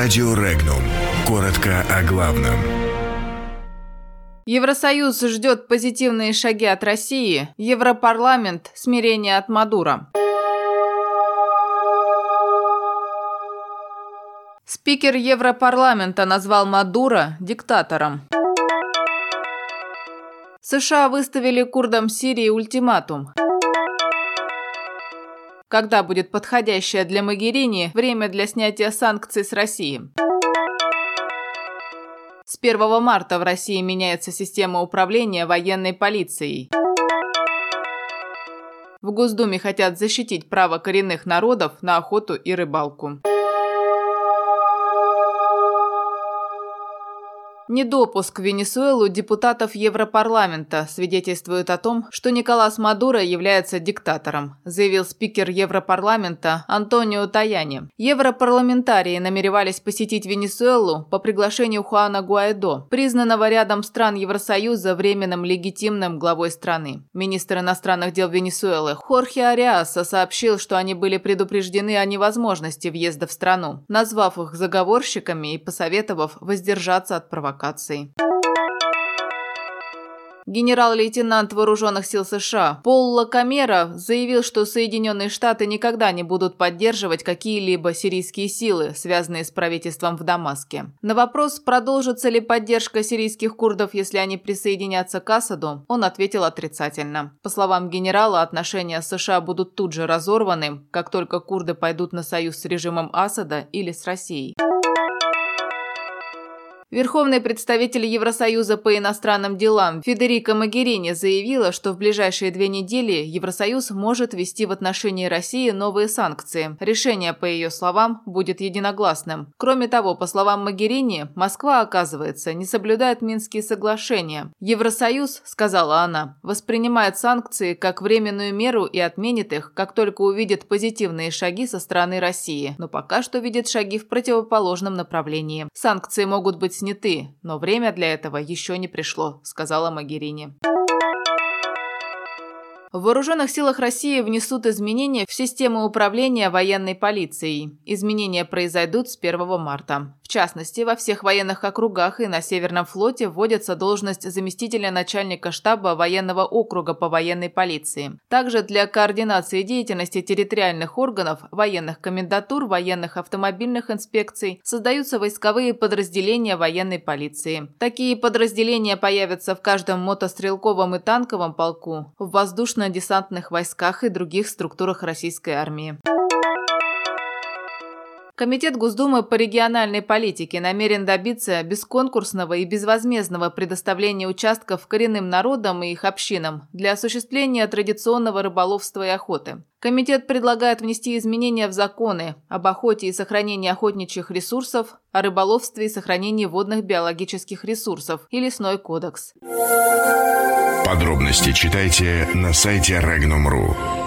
Радио Регнум. Коротко о главном. Евросоюз ждет позитивные шаги от России. Европарламент – смирение от Мадуро. Спикер Европарламента назвал Мадуро диктатором. США выставили курдам Сирии ультиматум. Когда будет подходящее для Могерини время для снятия санкций с России? С 1 марта в России меняется система управления военной полицией. В Госдуме хотят защитить право коренных народов на охоту и рыбалку. Недопуск в Венесуэлу депутатов Европарламента свидетельствует о том, что Николас Мадуро является диктатором, заявил спикер Европарламента Антонио Таяни. Европарламентарии намеревались посетить Венесуэлу по приглашению Хуана Гуайдо, признанного рядом стран Евросоюза временным легитимным главой страны. Министр иностранных дел Венесуэлы Хорхе Ариаса сообщил, что они были предупреждены о невозможности въезда в страну, назвав их заговорщиками и посоветовав воздержаться от провокаций. Генерал-лейтенант вооруженных сил США Пол Лакамера заявил, что Соединенные Штаты никогда не будут поддерживать какие-либо сирийские силы, связанные с правительством в Дамаске. На вопрос, продолжится ли поддержка сирийских курдов, если они присоединятся к Асаду, он ответил отрицательно. По словам генерала, отношения с США будут тут же разорваны, как только курды пойдут на союз с режимом Асада или с Россией. Верховный представитель Евросоюза по иностранным делам Федерика Могерини заявила, что в ближайшие 2 недели Евросоюз может ввести в отношении России новые санкции. Решение, по ее словам, будет единогласным. Кроме того, по словам Могерини, Москва, оказывается, не соблюдает Минские соглашения. Евросоюз, сказала она, воспринимает санкции как временную меру и отменит их, как только увидит позитивные шаги со стороны России. Но пока что видит шаги в противоположном направлении. Санкции могут быть сняты, но время для этого еще не пришло, сказала Могерини. В Вооруженных силах России внесут изменения в систему управления военной полицией. Изменения произойдут с 1 марта. В частности, во всех военных округах и на Северном флоте вводится должность заместителя начальника штаба военного округа по военной полиции. Также для координации деятельности территориальных органов, военных комендатур, военных автомобильных инспекций создаются войсковые подразделения военной полиции. Такие подразделения появятся в каждом мотострелковом и танковом полку, в воздушно-десантных войсках и других структурах российской армии. Комитет Госдумы по региональной политике намерен добиться бесконкурсного и безвозмездного предоставления участков коренным народам и их общинам для осуществления традиционного рыболовства и охоты. Комитет предлагает внести изменения в законы об охоте и сохранении охотничьих ресурсов, о рыболовстве и сохранении водных биологических ресурсов и Лесной кодекс. Подробности читайте на сайте Regnum.ru.